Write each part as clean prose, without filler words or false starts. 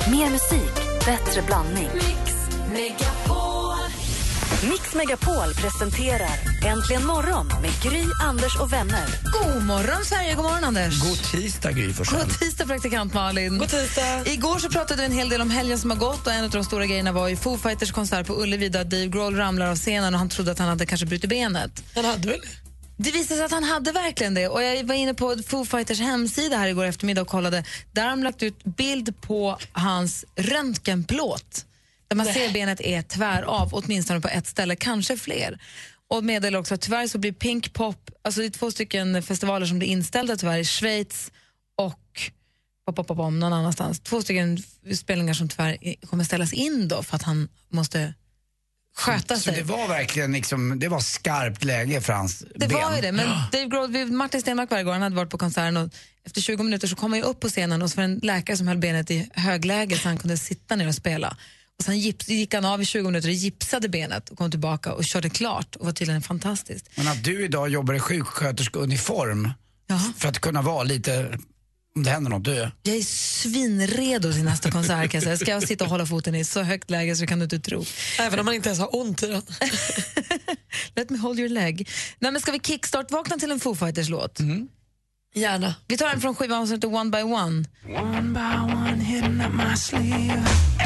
Mer musik, bättre blandning. Mix Megapol presenterar Äntligen morgon med Gry, Anders och vänner. God morgon Sverige, god morgon Anders. God tisdag Gry Forssell. God tisdag praktikant Malin. God tisdag. Igår så pratade vi en hel del om helgen som har gått och en av de stora grejerna var ju Foo Fighters konsert på Ullevi där Dave Grohl ramlar av scenen och han trodde att han hade kanske brutit benet. Han hade väl? Det visade sig att han hade verkligen det och jag var inne på Foo Fighters hemsida här igår eftermiddag och kollade. Där har de lagt ut bild på hans röntgenplåt. Där man ser benet är tvär av, åtminstone på ett ställe, kanske fler. Och meddelar också att tyvärr så blir Pink Pop, alltså det är 2 stycken festivaler som blir inställda tyvärr i Schweiz och någon annanstans. 2 stycken spelningar som tyvärr kommer ställas in då för att han måste sköta sig. Så det var verkligen liksom, det var skarpt läge för hans ben. Det var ju det, men Dave Grohl, Martin Stenmark varje gång, han hade varit på konserten och efter 20 minuter så kom han ju upp på scenen och så var en läkare som höll benet i högläge så han kunde sitta ner och spela. Och sen gick han av i 20 minuter och gipsade benet och kom tillbaka och körde klart och var tydligen fantastiskt. Men att du idag jobbar i sjuksköterskeuniform för att kunna vara lite, om det händer något, du. Jag är svinredo till nästa konsert kan jag säga. Ska jag sitta och hålla foten i så högt läge så kan du inte tro. Även om man inte ens har ont i den. Let me hold your leg. Nej, men ska vi kickstart-vakna till en Foo Fighters-låt? Gärna. Vi tar den från skivan som heter One by One. One by one hidden up my sleeve.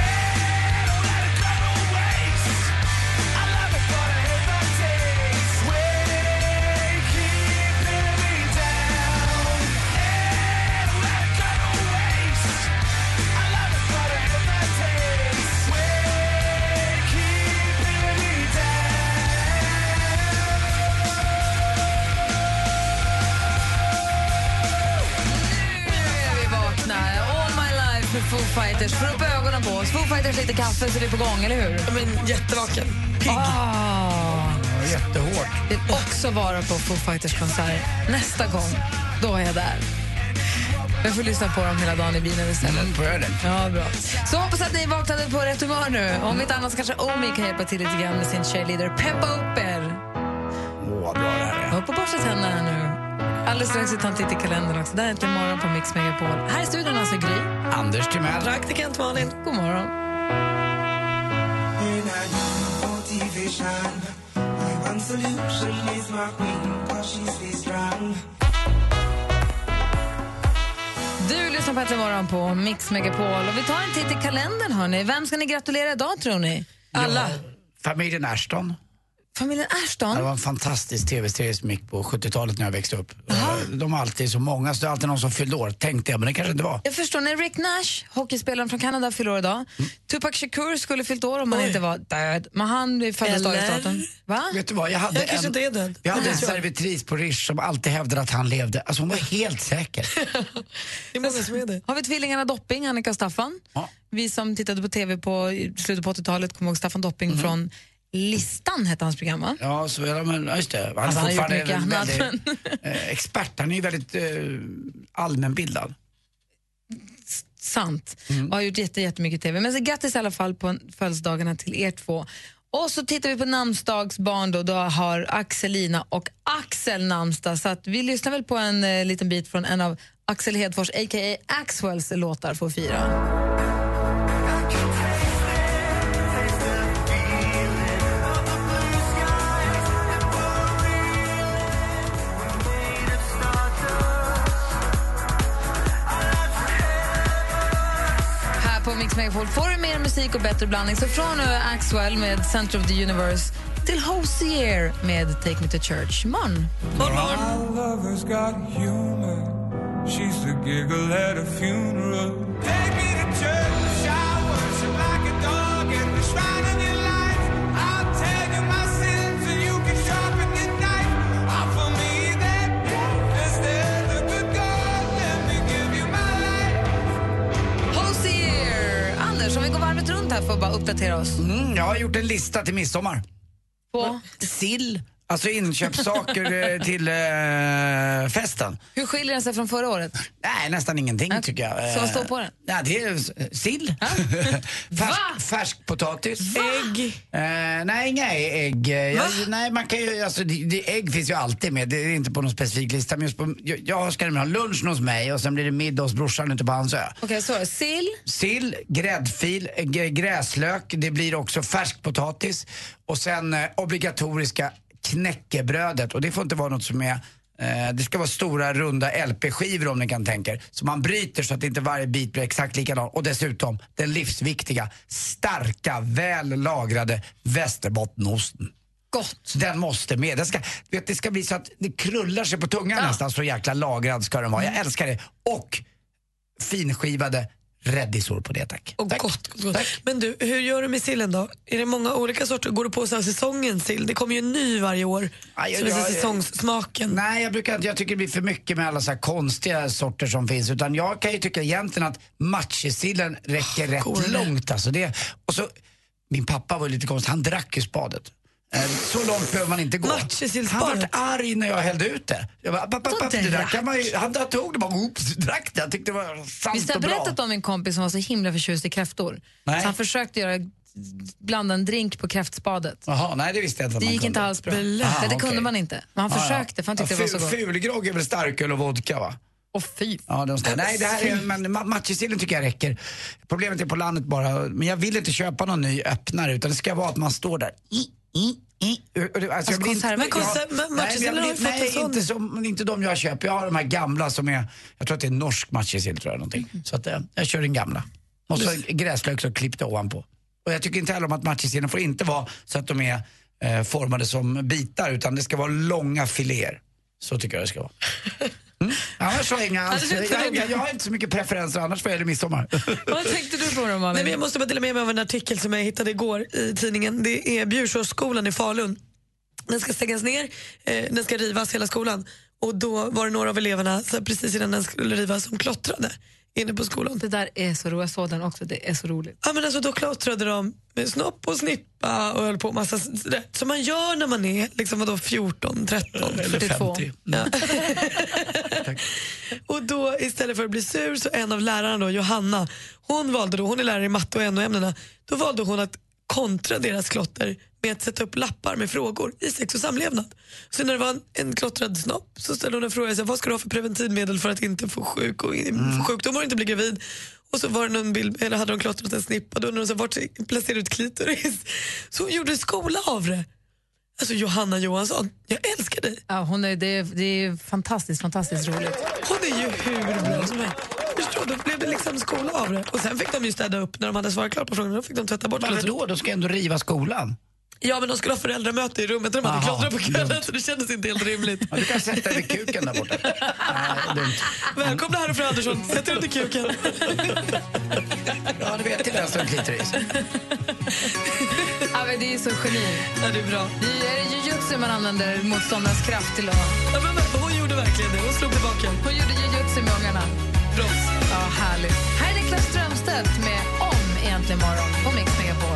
Foo Fighters, får upp ögonen på oss. Foo Fighters lite kaffe så vi är på gång, eller hur? Men jättevaken. Pigg. Jättehårt. Vill också vara på Foo Fighters konsert nästa gång. Då är jag där. Jag får lyssna på dem hela dagen i bilen istället. Får jag det? Ja, bra. Så hoppas att ni vaknade på rätt humör nu. Om inte annars kanske Omi kan hjälpa till lite grann med sin cheerleader. Peppa upp er. Åh, bra det här är. Upp på borsta tänderna nu. Alldeles strax tar en titt i kalendern också. Där är inte morgon på Mix Megapol. Här i studion alltså Gry. Anders Timell. Praktikant Malin. God morgon. Du lyssnar på Äntligen morgon på Mix Megapol. Och vi tar en titt i kalendern, hörni. Vem ska ni gratulera idag, tror ni? Alla. Familjen Ashton. Familjen Ashton? Det var en fantastisk tv-serie som gick på 70-talet när jag växte upp. De har alltid så många, så det är alltid någon som fyllde år, tänkte jag, men det kanske inte var. Jag förstår, när Rick Nash, hockeyspelaren från Kanada, fyller år idag. Tupac Shakur skulle fyllt år om han inte var död. Men han föddes dagens datum. Va? Vet du vad, jag hade en servitris på Rish som alltid hävdade att han levde. Alltså hon var helt säker. Det är många som är det. Har vi tvillingarna Dopping, Annika och Staffan. Ja. Vi som tittade på tv på slutet på 80-talet kommer ihåg Staffan Dopping från Listan hette hans program, va? Ja, så just det. Han är fortfarande väldigt expert. Han är ju väldigt allmänbildad. Sant. Och har gjort jättemycket tv. Men så grattis i alla fall på födelsedagarna till er två. Och så tittar vi på namnsdagsbarn då har Axelina och Axel namnsdag. Så att vi lyssnar väl på en liten bit från en av Axel Hedfors, a.k.a. Axwells låtar för att fira. På Mix Megapol får du mer musik och bättre blandning. Så från Axwell med Center of the Universe till Hosier med Take Me to Church. Morgon. Som vi går varvet runt här för att bara uppdatera oss. Jag har gjort en lista till midsommar. På? Sill, Alltså inköpssaker till festen. Hur skiljer den sig från förra året? Nej, nästan ingenting tycker jag. Så vad står på den? Ja, det är sill. Färsk potatis. Ägg. Nej, inga ägg. Nej, man kan ju, alltså, ägg finns ju alltid med. Det är inte på någon specifik lista. Men just på, jag ska ha lunch hos mig och sen blir det middag hos brorsan ute på hans ö. Okej, så Sill, gräddfil, gräslök. Det blir också färsk potatis. Och sen obligatoriska knäckebrödet. Och det får inte vara något som är... det ska vara stora runda LP-skivor om ni kan tänka er. Så man bryter så att inte varje bit blir exakt likadan. Och dessutom den livsviktiga, starka, väl lagrade Västerbottenost. gott. Den måste med. Det ska bli så att det krullar sig på tungan nästan. Så jäkla lagrad ska den vara. Jag älskar det. Och finskivade räddisor på det, tack. Och tack. gott. Tack. Men du, hur gör du med sillen då? Är det många olika sorter? Går du på så här säsongens sill? Det kommer ju en ny varje år. Så det är säsongssmaken. Nej, jag tycker det blir för mycket med alla så här konstiga sorter som finns. Utan jag kan ju tycka egentligen att matjessillen räcker rätt långt. Alltså och så, min pappa var lite konstig, han drack ju spadet. Så långt behöver man inte gå. Han var arg när jag hällde ut det. Jag bara, pappa, det där kan man ju... Han tog det bara, drack det. Jag tyckte det var sant Visst har jag och bra. berättat om min kompis som var så himla förtjust i kräftor? Nej. Så han försökte blanda en drink på kräftspadet. Jaha, nej det visste jag inte. Det gick inte alls bra. Det kunde man inte. Men han försökte för han tyckte det var så gott. Fulgrogg är väl starköl och vodka, va? Och fy. Ja, nej, det här är, men matjessillen tycker jag räcker. Problemet är på landet bara, men jag vill inte köpa någon ny öppnare, utan det ska vara att man står där. Inte de jag köper. Jag har de här gamla som är, jag tror att det är norsk matjessill, tror jag någonting. Så att jag kör den gamla. Måste ha gräslök så klippt ovanpå. Och jag tycker inte heller om att matjessillen får inte vara så att de är formade som bitar, utan det ska vara långa filéer. Så tycker jag det ska vara. Annars har jag inga jag har inte så mycket preferenser, annars får jag det midsommar. Vad tänkte du på då, Malin? Nej, men jag måste bara dela med mig av en artikel som jag hittade igår i tidningen. Det är Bjursåsskolan i Falun. Den ska stängas ner, den ska rivas hela skolan. Och då var det några av eleverna så precis innan den skulle rivas som klottrade inne på skolan. Det där är så roligt, jag såg den också, det är så roligt. Ja, men alltså då klottrade de med snopp och snippa och höll på massa som man gör när man är liksom vadå 14, 13 eller 50. Ja. Och då istället för att bli sur så en av lärarna då, Johanna, hon är lärare i matte och NO-ämnena, då valde hon att kontra deras klotter med att sätta upp lappar med frågor i sex och samlevnad. Så när det var en klottrad snopp så ställde hon en fråga, vad ska du ha för preventivmedel för att inte få sjukdomar och inte bli gravid? Och så var det någon bild, eller hade de klottrat en snippa, då undrade de vart placerade ut klitoris. Så hon gjorde skola av det. Alltså Johanna Johansson, jag älskar dig. Ja, det är fantastiskt roligt. Hon är ju hur bra som helst. Förstår, då blev det liksom skola av det. Och sen fick de ju städa upp när de hade svarat klart på frågan. Då fick de tvätta bort. Varför då? Då ska ändå riva skolan. Ja, men de skulle ha föräldramöte i rummet där de hade klottrat på kvällen, så det kändes inte helt rimligt. Ja, du kan sätta dig vid kuken där borta. Välkomna här för Andersson, sätt dig under kuken. Ja, du vet till vänster klitoris. Ja, men det är så geni. Ja, det är bra. Det är jujutsu man använder motståndarens kraft till att... Ja, men hon gjorde verkligen det, hon slog tillbaka. Hon gjorde jujutsu med ungarna. Proffs. Ja, härligt. Här är Niklas Strömstedt med Om egentligen morgon på Mix Megapol.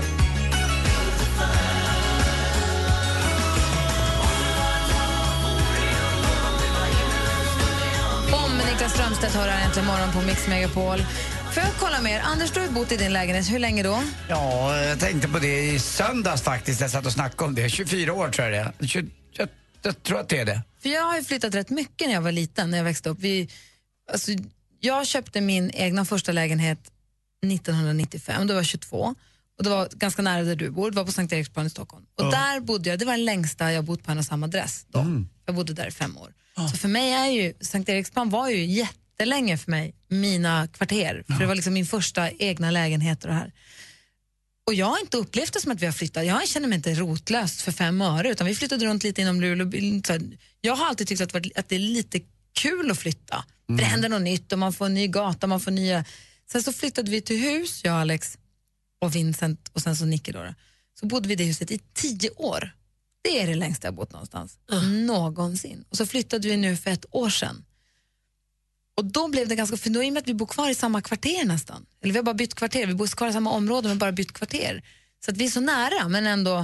Niklas Strömstedt hör här äntligen morgon på Mix Megapol. Får jag kolla med er? Anders, du har bott i din lägenhet. Hur länge då? Ja, jag tänkte på det i söndags faktiskt. Jag satt och snackade om det. 24 år tror jag det är. Jag tror att det är det. För jag har ju flyttat rätt mycket när jag var liten, när jag växte upp. Jag köpte min egna första lägenhet 1995. Då var jag 22. Och det var ganska nära där du bor. Det var på Sankt Eriksplan i Stockholm. Och där bodde jag. Det var den längsta jag bott på en och samma adress då. Jag bodde där i 5 år. Så för mig är ju Sankt Eriksplan var ju jättelänge för mig mina kvarter. För det var liksom min första egna lägenhet och det här. Och jag har inte upplevt det som att vi har flyttat. Jag känner mig inte rotlöst för 5 öre, utan vi flyttade runt lite inom Luleå. Jag har alltid tyckt att det är lite kul att flytta. För det händer något nytt och man får en ny gata, man får nya... Sen så flyttade vi till hus, jag, Alex och Vincent och sen så Nicky då. Så bodde vi i det huset i 10 år. Det är det längsta jag bott någonstans. Någonsin. Och så flyttade vi nu för 1 år sedan. Och då blev det ganska... För då i och med att vi bor kvar i samma kvarter nästan. Eller vi har bara bytt kvarter. Vi bor kvar i samma område men bara bytt kvarter. Så att vi är så nära men ändå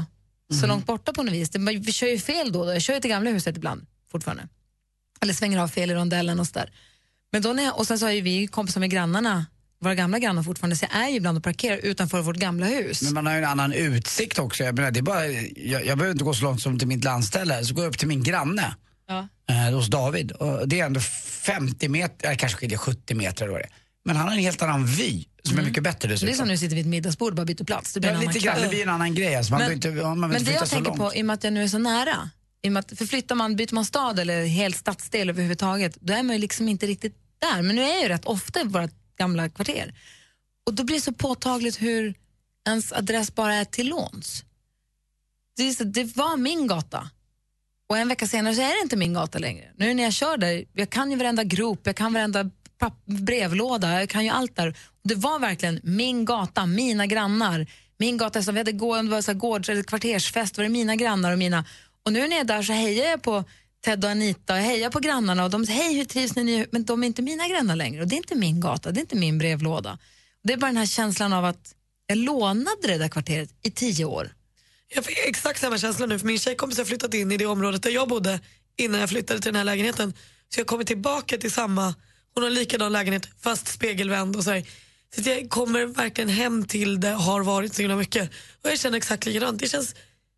så långt borta på något vis. Vi kör ju fel då. Jag kör ju till gamla huset ibland fortfarande. Eller svänger av fel i rondellen och sådär. Men då och sen så har ju vi kompisar med grannarna, våra gamla grannar fortfarande, så jag är ju ibland och parkerar utanför vårt gamla hus. Men man har ju en annan utsikt också. Jag menar, det är bara, jag behöver inte gå så långt som till mitt landställe, så går jag upp till min granne. Hos David. Och det är ändå 50 meter, eller kanske skiljer 70 meter då det. Men han har en helt annan vy som är mycket bättre dessutom. Det är som nu sitter vid ett middagsbord och bara byter plats. Det blir lite grann, det blir en annan grej. Alltså man men det jag tänker på, i och med att jag nu är så nära, i och med att byter man stad eller helt stadsdel överhuvudtaget, då är man ju liksom inte riktigt där. Men nu är jag ju rätt ofta i våra gamla kvarter. Och då blir det så påtagligt hur ens adress bara är till låns. Det var min gata. Och en vecka senare så är det inte min gata längre. Nu när jag kör där, jag kan ju varenda grop, jag kan varenda brevlåda, jag kan ju allt där. Och det var verkligen min gata, mina grannar. Min gata, som vi hade kvartersfest, var det mina grannar och mina. Och nu när jag är där så hejar jag på Ted och Anita, jag hejar på grannarna och de säger, hej, hur trivs ni? Men de är inte mina grannar längre och det är inte min gata, det är inte min brevlåda. Det är bara den här känslan av att jag lånade det där kvarteret i 10 år. Jag fick exakt samma känsla nu, för min tjejkompis har flyttat in i det området där jag bodde innan jag flyttade till den här lägenheten. Så jag kommer tillbaka till samma, hon har likadan lägenhet fast spegelvänd och så här. Så jag kommer verkligen hem till det, har varit så himla mycket. Och jag känner exakt likadant. Det känns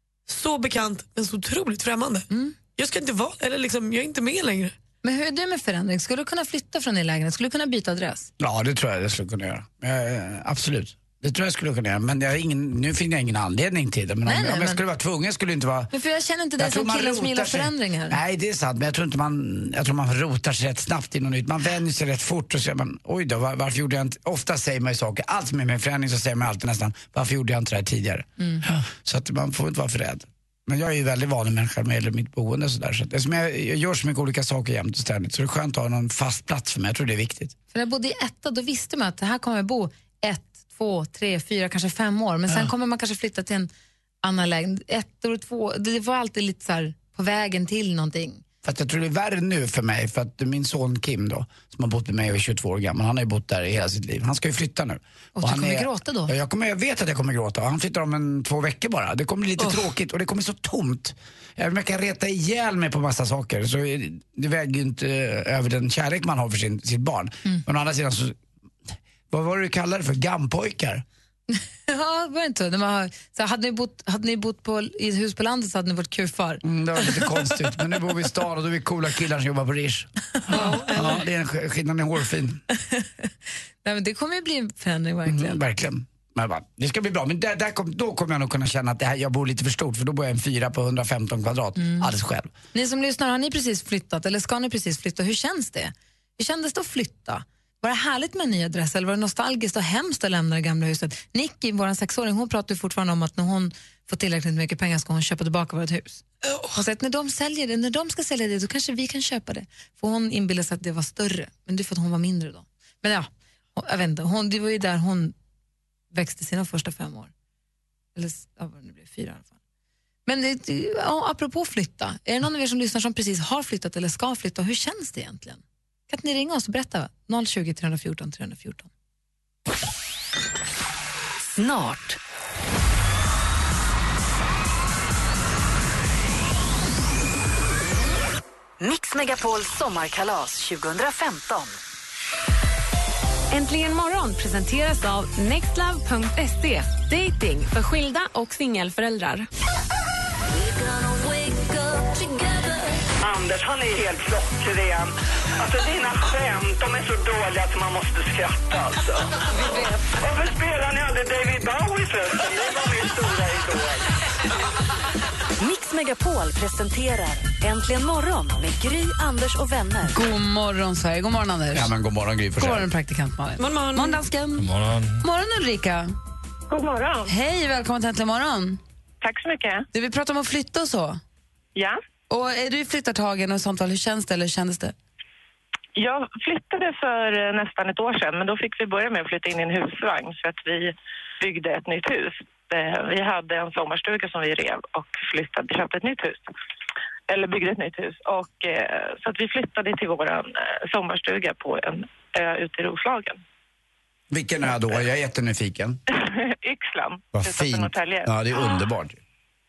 så bekant men så otroligt främmande. Jag ska inte vara, eller liksom, jag är inte med längre. Men hur är det med förändring? Skulle du kunna flytta från din lägenhet? Skulle du kunna byta adress? Ja, det tror jag skulle kunna göra. Absolut. Det tror jag skulle kunna göra, men nu finner jag ingen anledning till det. Men om jag skulle vara tvungen skulle det inte vara... Men för jag känner inte det som killen som gillar förändringar. Nej, det är sant, men jag tror man rotar sig rätt snabbt i något nytt. Man vänjer sig rätt fort och säger man, oj då, varför gjorde jag inte... Ofta säger man ju saker, allt som är med förändring så säger man alltid nästan, varför gjorde jag inte det här tidigare? Så att man får inte vara för rädd. Men jag är ju väldigt vanlig människa med mitt boende och sådär. Så eftersom jag gör så mycket olika saker jämt och ständigt, så det är skönt att ha någon fast plats för mig. Jag tror det är viktigt. För när jag bodde i etta, då visste man att här kommer jag bo 1, 2, 3, 4, kanske 5 år. Men sen kommer man kanske flytta till en annan lägenhet. 1 år, 2, det var alltid lite så här på vägen till någonting. För att jag tror det är värre nu för mig, för att min son Kim då, som har bott med mig och är 22 år gammal, han har ju bott där i hela sitt liv. Han ska ju flytta nu. Och du kommer gråta då? Jag vet att jag kommer gråta. Han flyttar om 2 veckor bara. Det kommer bli lite tråkigt och det kommer så tomt. Jag kan reta ihjäl mig på massa saker. Så det väger ju inte över den kärlek man har för sitt barn. Men å andra sidan så, vad var det du kallade det för? Gampojkar? Ja, var det inte så? Hade ni bott i ett hus på landet så hade ni varit kufar. Det var lite konstigt, men nu bor vi i stan och då är vi coola killar som jobbar på Rish. Ja, det är en skillnad i hårfin. Nej, men det kommer ju bli en förändring verkligen. Verkligen. Men det ska bli bra, men då kommer jag nog kunna känna att jag bor lite för stort, för då bor jag en 4 på 115 kvadrat, alldeles själv. Ni som lyssnar, har ni precis flyttat eller ska ni precis flytta? Hur känns det? Hur kändes det att flytta? Var det härligt med en ny adress eller var det nostalgiskt och hemskt att lämna det gamla huset? Nicky, vår 6-åring, hon pratar ju fortfarande om att när hon får tillräckligt mycket pengar ska hon köpa tillbaka vårt hus. Hon säger att när de ska sälja det, då kanske vi kan köpa det. För hon inbillade sig att det var större, men det är för att hon var mindre då. Men ja, jag vet inte, det var ju där hon växte sina första 5 år. Eller det blev 4 i alla fall. Men apropå flytta, är det någon av er som lyssnar som precis har flyttat eller ska flytta? Hur känns det egentligen? Kan ni ringa oss och berätta? 020 314 314. Snart. Mix Megapols sommarkalas 2015. Äntligen morgon presenteras av nextlove.se. Dating för skilda och singelföräldrar. Anders, han är helt klockren. Alltså dina skämt, de är så dåliga att man måste skratta alltså. Varför spelar ni aldrig David Bowie förresten? Det var min stora idol. Mix Megapol presenterar Äntligen morgon med Gry, Anders och vänner. God morgon Sverige, god morgon Anders. Ja, men god morgon Gry. God morgon praktikant Malin. God morgon. Morgon dansken. God morgon. Morgon Ulrika. God morgon. Hej, välkommen till Äntligen morgon. Tack så mycket. Du vill prata om att flytta och så. Ja. Och är du i flyttartagen och sånt, hur känns det eller hur kändes det? Jag flyttade för nästan ett år sedan, men då fick vi börja med att flytta in i en husvagn för att vi byggde ett nytt hus. Vi hade en sommarstuga som vi rev och köpte ett nytt hus. Eller byggde ett nytt hus. Och, så att vi flyttade till vår sommarstuga på en ö ute i Roslagen. Vilken ö då? Jag är jättenyfiken. Yxlan. Vad fint. Ja, det är underbart.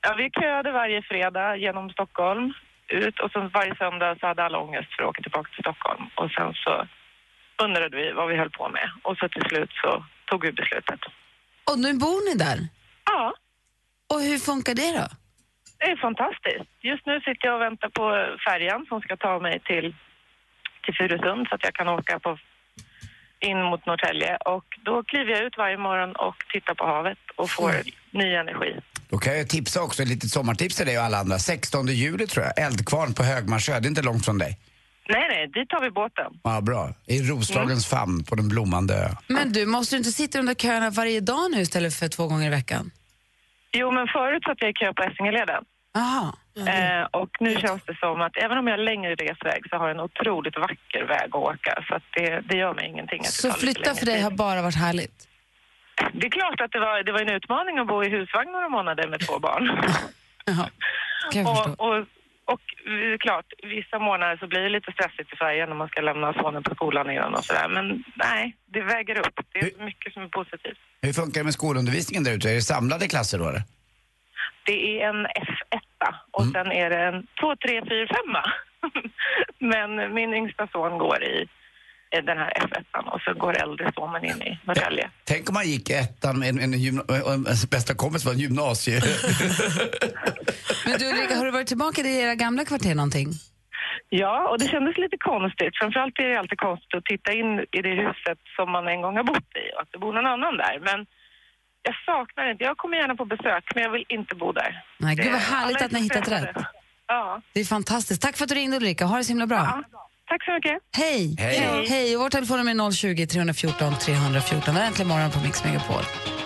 Ja, vi köade varje fredag genom Stockholm ut och sen varje söndag så hade alla ångest för att åka tillbaka till Stockholm. Och sen så undrade vi vad vi höll på med. Och så till slut så tog vi beslutet. Och nu bor ni där? Ja. Och hur funkar det då? Det är fantastiskt. Just nu sitter jag och väntar på färjan som ska ta mig till Furusund så att jag kan åka in mot Norrtälje. Och då kliver jag ut varje morgon och tittar på havet och får ny energi. Då kan jag tipsa också, ett litet sommartips till dig och alla andra. 16 juli tror jag, Eldkvarn på Högmarsö, det är inte långt från dig. Nej, dit tar vi båten. Ja, bra. I Roslagens famn på den blommande ö. Men du, måste du inte sitta i de där köerna varje dag nu istället för 2 gånger i veckan? Jo, men förut satt jag i kö på Essingeleden. Aha. Och nu känns det som att även om jag har längre resväg så har jag en otroligt vacker väg att åka. Så att det gör mig ingenting. Att Så flytta för dig har bara varit härligt? Det är klart att det var en utmaning att bo i husvagn några månader med 2 barn. Jaha, kan jag förstå. Och det är klart, vissa månader så blir det lite stressigt i Sverige när man ska lämna sonen på skolan igen och sådär. Men nej, det väger upp. Det är mycket som är positivt. Hur funkar det med skolundervisningen där ute? Är det samlade klasser då eller? Det är en F1 och sen är det en 2, 3, 4, 5. Men min yngsta son går i den här F1 och så går äldre sonen in i Norrtälje. Tänk om man gick ettan med en bästa kompis var en gymnasie. Men du Ulrika, har du varit tillbaka i era gamla kvarter någonting? Ja, och det kändes lite konstigt. Framförallt är det alltid konstigt att titta in i det huset som man en gång har bott i och att det bor någon annan där. Men jag saknar inte. Jag kommer gärna på besök, men jag vill inte bo där. Nej, gud vad härligt att ni har hittat rätt. Ja. Det är fantastiskt. Tack för att du ringde Ulrika. Ha det så himla bra. Ja. Tack så mycket. Hej. Hej. Hej. Och vår telefon är 020 314 314. Det är äntligen morgon på Mix Megapol.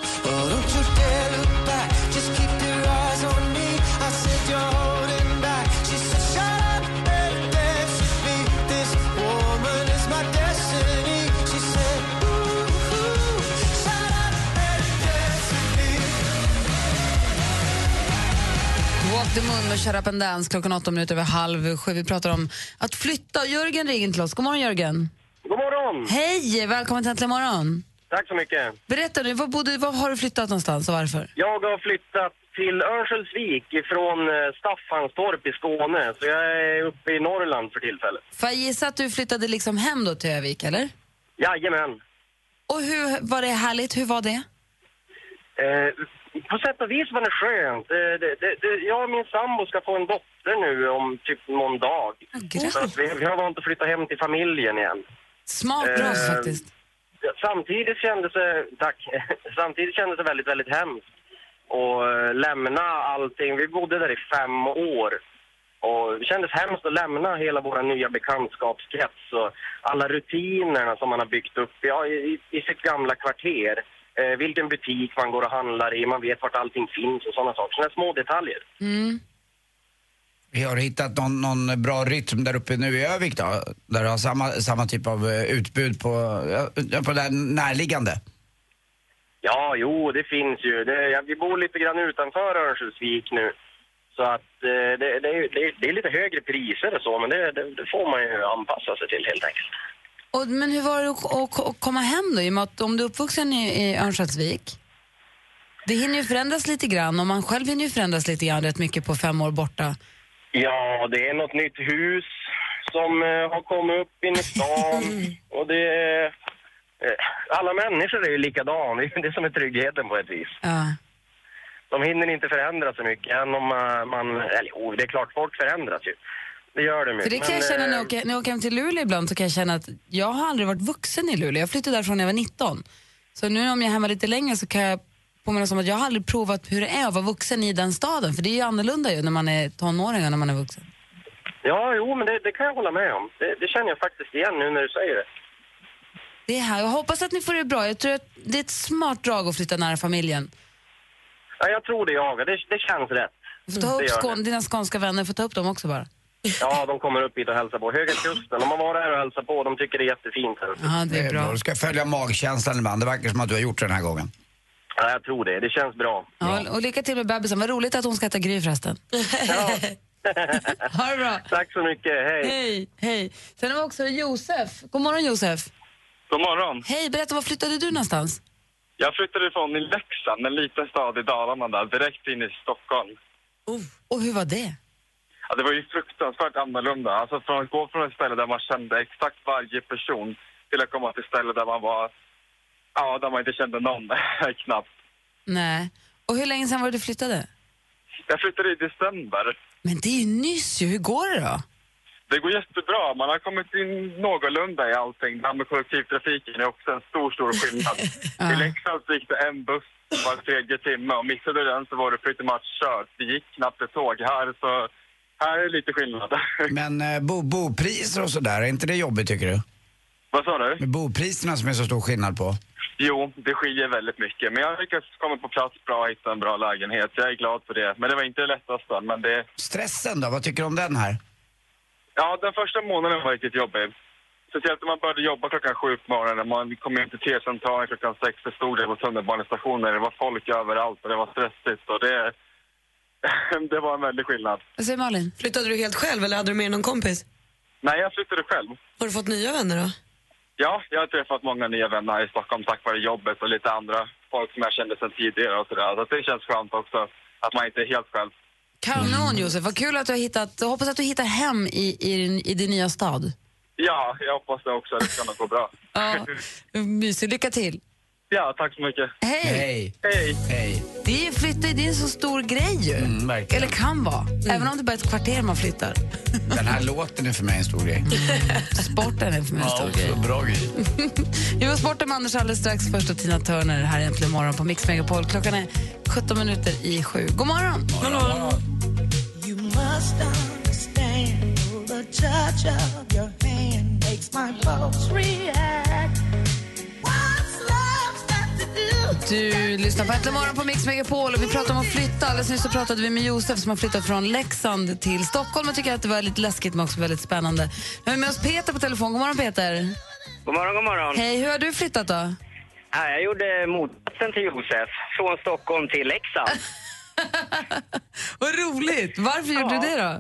Walk the Moon med Shut Up and Dance 8:08. Vi pratar om att flytta. Jörgen ringer till oss. God morgon Jörgen. God morgon. Hej, välkommen till Äntligen morgon. Tack så mycket. Berätta nu, var har du flyttat någonstans och varför? Jag har flyttat till Örnsköldsvik från Staffanstorp i Skåne. Så jag är uppe i Norrland för tillfället. Får jag gissa att du flyttade liksom hem då till Övik, eller? Jajamän. Och hur var det härligt? Hur var det? På sätt och vis var det skönt. Jag och min sambo ska få en dotter nu om typ någon dag. Så att vi har vant att flytta hem till familjen igen. Smart bra faktiskt. Samtidigt kändes det väldigt, väldigt hemskt. Och lämna allting. Vi bodde där i 5 år. Och det kändes hemskt att lämna hela våra nya bekantskapskrets och alla rutinerna som man har byggt upp i sitt gamla kvarter. Vilken butik man går och handlar i, man vet vart allting finns och sådana saker. Sådana små detaljer. Mm. Vi har hittat någon bra rytm där uppe nu i Övik då? Där du har samma typ av utbud på det närliggande? Ja, jo, det finns ju. Vi bor lite grann utanför Örnsköldsvik nu. Så att det är lite högre priser och så, men det får man ju anpassa sig till helt enkelt. Men hur var det att komma hem då? I och med att om du är uppvuxen i Örnsköldsvik, det hinner ju förändras lite grann och man själv hinner ju förändras lite grann rätt mycket på 5 år borta. Ja, det är något nytt hus som har kommit upp in i stan och det är... alla människor är ju likadana, det är som är tryggheten på ett vis. Ja. De hinner inte förändra så mycket än om det är klart folk förändras ju. Det gör det mycket. För det kan jag känna när jag åker hem till Luleå ibland, så kan jag känna att jag har aldrig varit vuxen i Luleå. Jag flyttade därifrån när jag var 19. Så nu om jag är hemma lite längre så kan jag påminna om att jag har aldrig provat hur det är att vara vuxen i den staden. För det är ju annorlunda ju när man är tonåring och när man är vuxen. Ja, jo, men det kan jag hålla med om. Det känner jag faktiskt igen nu när du säger det. Det är här. Jag hoppas att ni får det bra. Jag tror att det är ett smart drag att flytta nära familjen. Ja, jag tror det känns rätt. Du får ta upp dina skånska vänner, får ta upp dem också bara. Ja, de kommer upp hit och hälsar på. Höga kusten, om man var där och hälsar på, de tycker det är jättefint. Ja, det är bra. Du ska följa magkänslan ibland. Det verkar som att du har gjort det den här gången. Ja, jag tror det. Det känns bra. Ja, och lycka till med bebisen. Vad roligt att hon ska äta Gry förresten. Ja. Ha det bra. Tack så mycket. Hej. Sen har vi också Josef. God morgon Josef. God morgon. Hej, berätta, var flyttade du någonstans? Jag flyttade ifrån i Leksand, en liten stad i Dalarna där, direkt in i Stockholm. Och hur var det? Ja, det var ju fruktansvärt annorlunda. Alltså från att gå från ett ställe där man kände exakt varje person till att komma till ett ställe där man var... Ja, där man inte kände någon knappt. Nej. Och hur länge sedan var det du flyttade? Jag flyttade i december. Men det är ju nyss ju. Hur går det då? Det går jättebra. Man har kommit in någorlunda i allting. Det här med kollektivtrafiken är också en stor skillnad. I Leksand gick det en buss var 3:e timme och missade den så var det pretty much kört. Det gick knappt ett tåg här, så här är lite skillnad. Men bopriser och sådär, är inte det jobbigt tycker du? Vad sa du? Med bopriserna som är så stor skillnad på? Jo, det skiljer väldigt mycket. Men jag har lyckats komma på plats bra och hitta en bra lägenhet. Jag är glad för det. Men det var inte det lättaste. Men det... Stressen då? Vad tycker du om den här? Ja, den första månaden var riktigt jobbig. Speciellt när man började jobba klockan 7 på morgonen. Man kom in till T-centralen klockan 6. Det stod det på tunnelbanestationer. Det var folk överallt och det var stressigt. Och det var en väldig skillnad. Vad säger Malin? Flyttade du helt själv eller hade du med någon kompis? Nej, jag flyttade själv. Har du fått nya vänner då? Ja, jag har träffat många nya vänner i Stockholm tack vare jobbet och lite andra folk som jag kände sedan tidigare och sådär. Så det känns skönt också att man inte är helt själv. Kanon, Josef. Vad kul att du har hittat... Jag hoppas att du hittar hem i din nya stad. Ja, jag hoppas det också. Det ska nog gå bra. Ja, mysigt. Lycka till. Ja, tack så mycket. Hej! Hej! Hej! Hej! Det är en så stor grej ju. Verkligen. Eller kan vara. Även om det bara är ett kvarter man flyttar. Den här låten är för mig en stor grej. Sporten är för mig en stor grej. Bra grej. Vi var sporten med Anders alldeles strax. Först och Tina Turner här äntligen morgon på Mix Megapol. Klockan är 17:07. God morgon! God morgon. You must understand the touch of your hand makes my pulse react. What's love got to do? Du lyssnar på Äntligen morgon på Mix Megapol och vi pratar om att flytta. Alldeles nyss så pratade vi med Josef som har flyttat från Leksand till Stockholm och tycker att det var lite läskigt men också väldigt spännande. Nu har vi med oss Peter på telefon. God morgon Peter. God morgon, god morgon. Hej, hur har du flyttat då? Ja, jag gjorde motsatsen till Josef, från Stockholm till Leksand. Vad roligt. Varför gjorde du det då?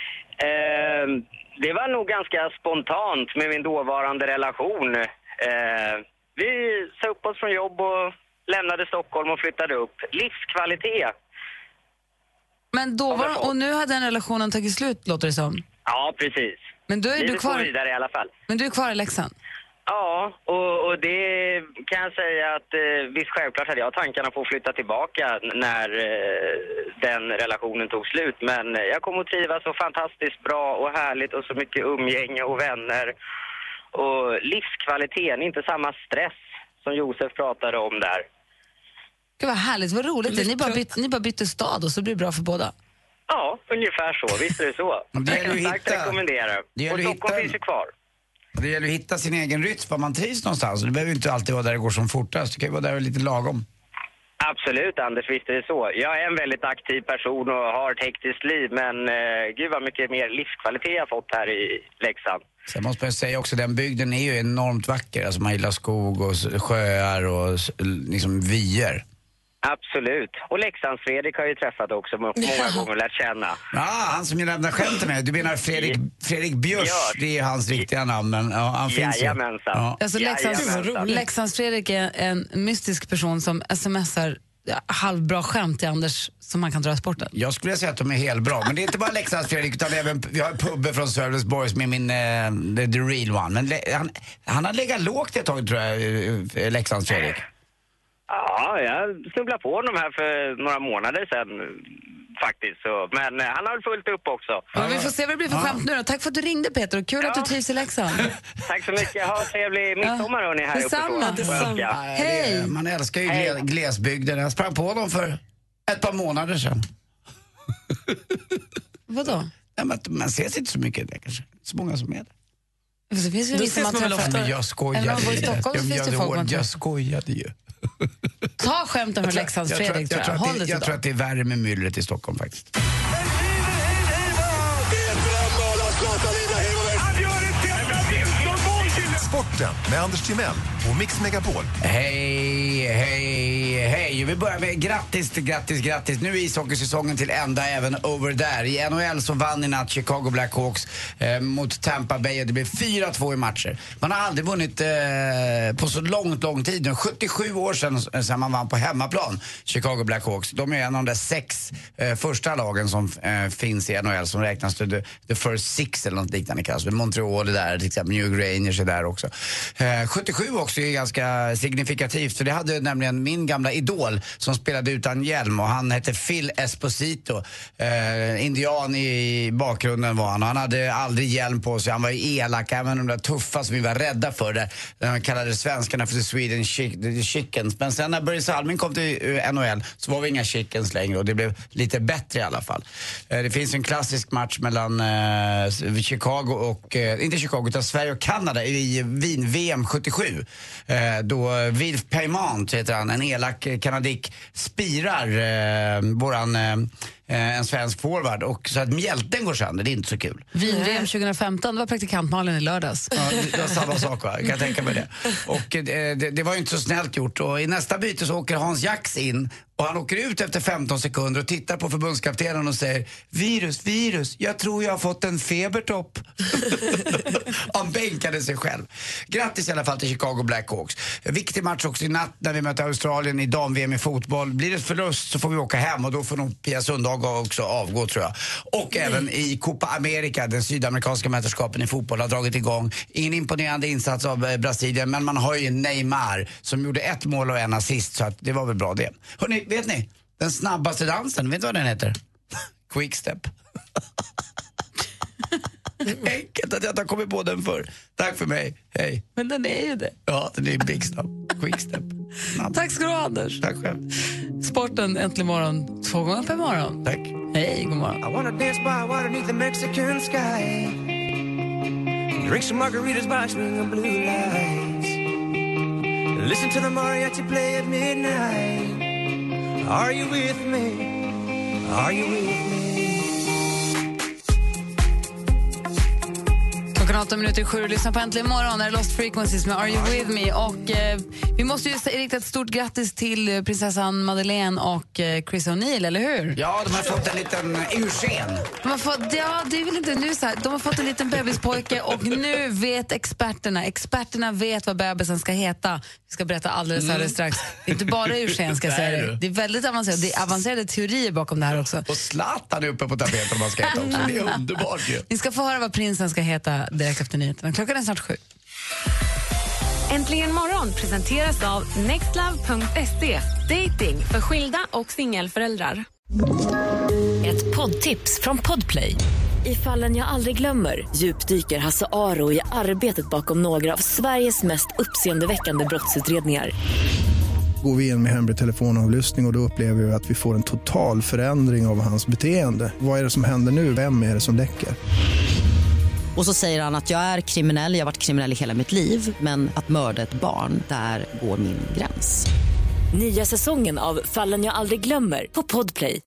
Det var nog ganska spontant med min dåvarande relation. Vi sa upp oss från jobb och lämnade Stockholm och flyttade upp. Livskvalitet. Men då var, och nu har den relationen tagit slut, låter det som. Ja, precis. Men då är du kvar vidare i alla fall. Men du är kvar i Leksand? Ja, och det kan jag säga att visst självklart hade jag tankarna på att flytta tillbaka när den relationen tog slut. Men jag kom att trivas så fantastiskt bra och härligt och så mycket umgänge och vänner. Och livskvaliteten, inte samma stress som Josef pratade om där. Gud vad härligt, vad roligt. Ni bara bytte stad och så blir det bra för båda. Ja, ungefär så. Visst är det så. Det jag kan starkt rekommendera. Och Stockholm finns ju kvar. Det gäller att hitta sin egen rytm, var man trivs någonstans. Det behöver ju inte alltid vara där det går som fortast. Det kan ju vara där lite lagom. Absolut, Anders, visst är det så. Jag är en väldigt aktiv person och har ett hektiskt liv. Men gud vad mycket mer livskvalitet jag fått här i Leksand. Sen måste man säga också, den bygden är ju enormt vacker. Alltså man gillar skog och sjöar och liksom vyer. Absolut. Och Leksands Fredrik har ju träffat också många gånger och lärt känna. Ja, han som gillar den skämten med. Du menar Fredrik Björs, det är hans riktiga namn. Men ja, han finns ju. Ja. Alltså Leksands Fredrik är en mystisk person som smsar halvbra skämt till Anders som man kan dra i sporten. Jag skulle säga att de är helt bra. Men det är inte bara Leksands Fredrik utan även, vi har Pubbe från Sölvesborg med min The Real One. Men han har legat lågt ett tag tror jag, Leksands Fredrik. Ja, jag snubblade på honom här för några månader sedan faktiskt. Så. Men han har fullt upp också. Ja, vi får se vad det blir för skämt nu då. Tack för att du ringde Peter och kul att du trivs i Leksand. Tack så mycket. Ha en trevlig midsommar hörni här uppe på. Hej! Man älskar ju glesbygden. Jag sprang på dem för ett par månader sedan. Vadå? Ja, man ses inte så mycket där kanske. Så många som är där. Det finns ju vissa man träffar. Men jag skojade ju. Jag skojade ju. Ta skämten från Leksands Fredrik tror jag. Jag tror att det är värre med myllret i Stockholm faktiskt. Sporten med Anders Timell och Mix Megapol. Hej. Vi Vi börjar med grattis. Nu är ishockeysäsongen till ända även over there. I NHL så vann i natt Chicago Blackhawks mot Tampa Bay och det blev 4-2 i matcher. Man har aldrig vunnit på så lång tid nu. 77 år sedan man vann på hemmaplan, Chicago Blackhawks. De är en av de där 6 första lagen som finns i NHL som räknas till the first 6 eller något liknande kallas. Montreal är där, till exempel New York Rangers är där också. 77 också är ganska signifikativt, för det hade nämligen min gamla idol som spelade utan hjälm och han hette Phil Esposito. Indian i bakgrunden var han. Han hade aldrig hjälm på sig, han var elak, även de där tuffa som vi var rädda för det. Han kallade svenskarna för the Sweden Chickens. Men sen när Börje Salming kom till NHL så var vi inga chickens längre och det blev lite bättre i alla fall. Det finns en klassisk match mellan Chicago och, inte Chicago utan Sverige och Kanada i Wien-VM 77. Då Wilf Paymont heter han, en elak kanadick, spirar en svensk forward och så att mjälten går sönder, det är inte så kul. Wien-VM 2015, det var praktikantmalen i lördags. Ja, det var samma sak, va? Jag kan tänka mig det. Och det var ju inte så snällt gjort. Och i nästa byte så åker Hans Jax in och han åker ut efter 15 sekunder och tittar på förbundskaptenen och säger: virus, jag tror jag har fått en febertopp. Han bänkade sig själv. Grattis i alla fall till Chicago Blackhawks. Viktig match också i natt när vi möter Australien i dam-VM i fotboll. Blir det förlust så får vi åka hem och då får nog Pia Sundhage också avgå, tror jag. Och även i Copa America, den sydamerikanska mästerskapen i fotboll, har dragit igång. Ingen imponerande insats av Brasilien, men man har ju Neymar som gjorde 1 mål och 1 assist, så att det var väl bra det. Hörrni, vet ni? Den snabbaste dansen, vet du vad den heter? Quickstep. Enkelt att jag inte har kommit på den för. Tack för mig, hej. Men den är ju det. Ja, den är big snabb. Quickstep. Tack ska du ha, Anders. Tack själv. Sporten äntligen morgon, 2 gånger per morgon. Tack. Hej, god morgon. I wanna dance by water beneath the Mexican sky. Drink some margaritas by swinging blue lights. Listen to the mariachi play at midnight. Are you with me? Are you with me? Klockan 8:07, lyssna på Äntligen morgon. Är Lost Frequencies med Are You With Me? Och vi måste ju rikta ett stort grattis till prinsessan Madeleine och Chris O'Neill, eller hur? Ja, de har fått en liten ursen. De har fått, ja, det är väl inte nu så här. De har fått en liten bebispojke och nu vet experterna vet vad bebisen ska heta. Vi ska berätta alldeles strax. Det är inte bara ursen, ska jag säga det. Det är väldigt avancerat. Det är avancerade teorier bakom det här också. Och Zlatan är uppe på tapeten om man ska heta också. Det är underbart ju. Ni ska få höra vad prinsen ska heta direkt efter nyheterna. Klockan är snart 7. Äntligen morgon presenteras av nextlove.se. Dating för skilda och singelföräldrar. Ett poddtips från Podplay. I Fallen jag aldrig glömmer djupdyker Hasse Aro i arbetet bakom några av Sveriges mest uppseendeväckande brottsutredningar. Går vi in med hemlig telefonavlyssning och då upplever vi att vi får en total förändring av hans beteende. Vad är det som händer nu? Vem är det som läcker? Och så säger han att jag är kriminell, jag har varit kriminell i hela mitt liv. Men att mörda ett barn, där går min gräns. Nya säsongen av Fallen jag aldrig glömmer på Podplay.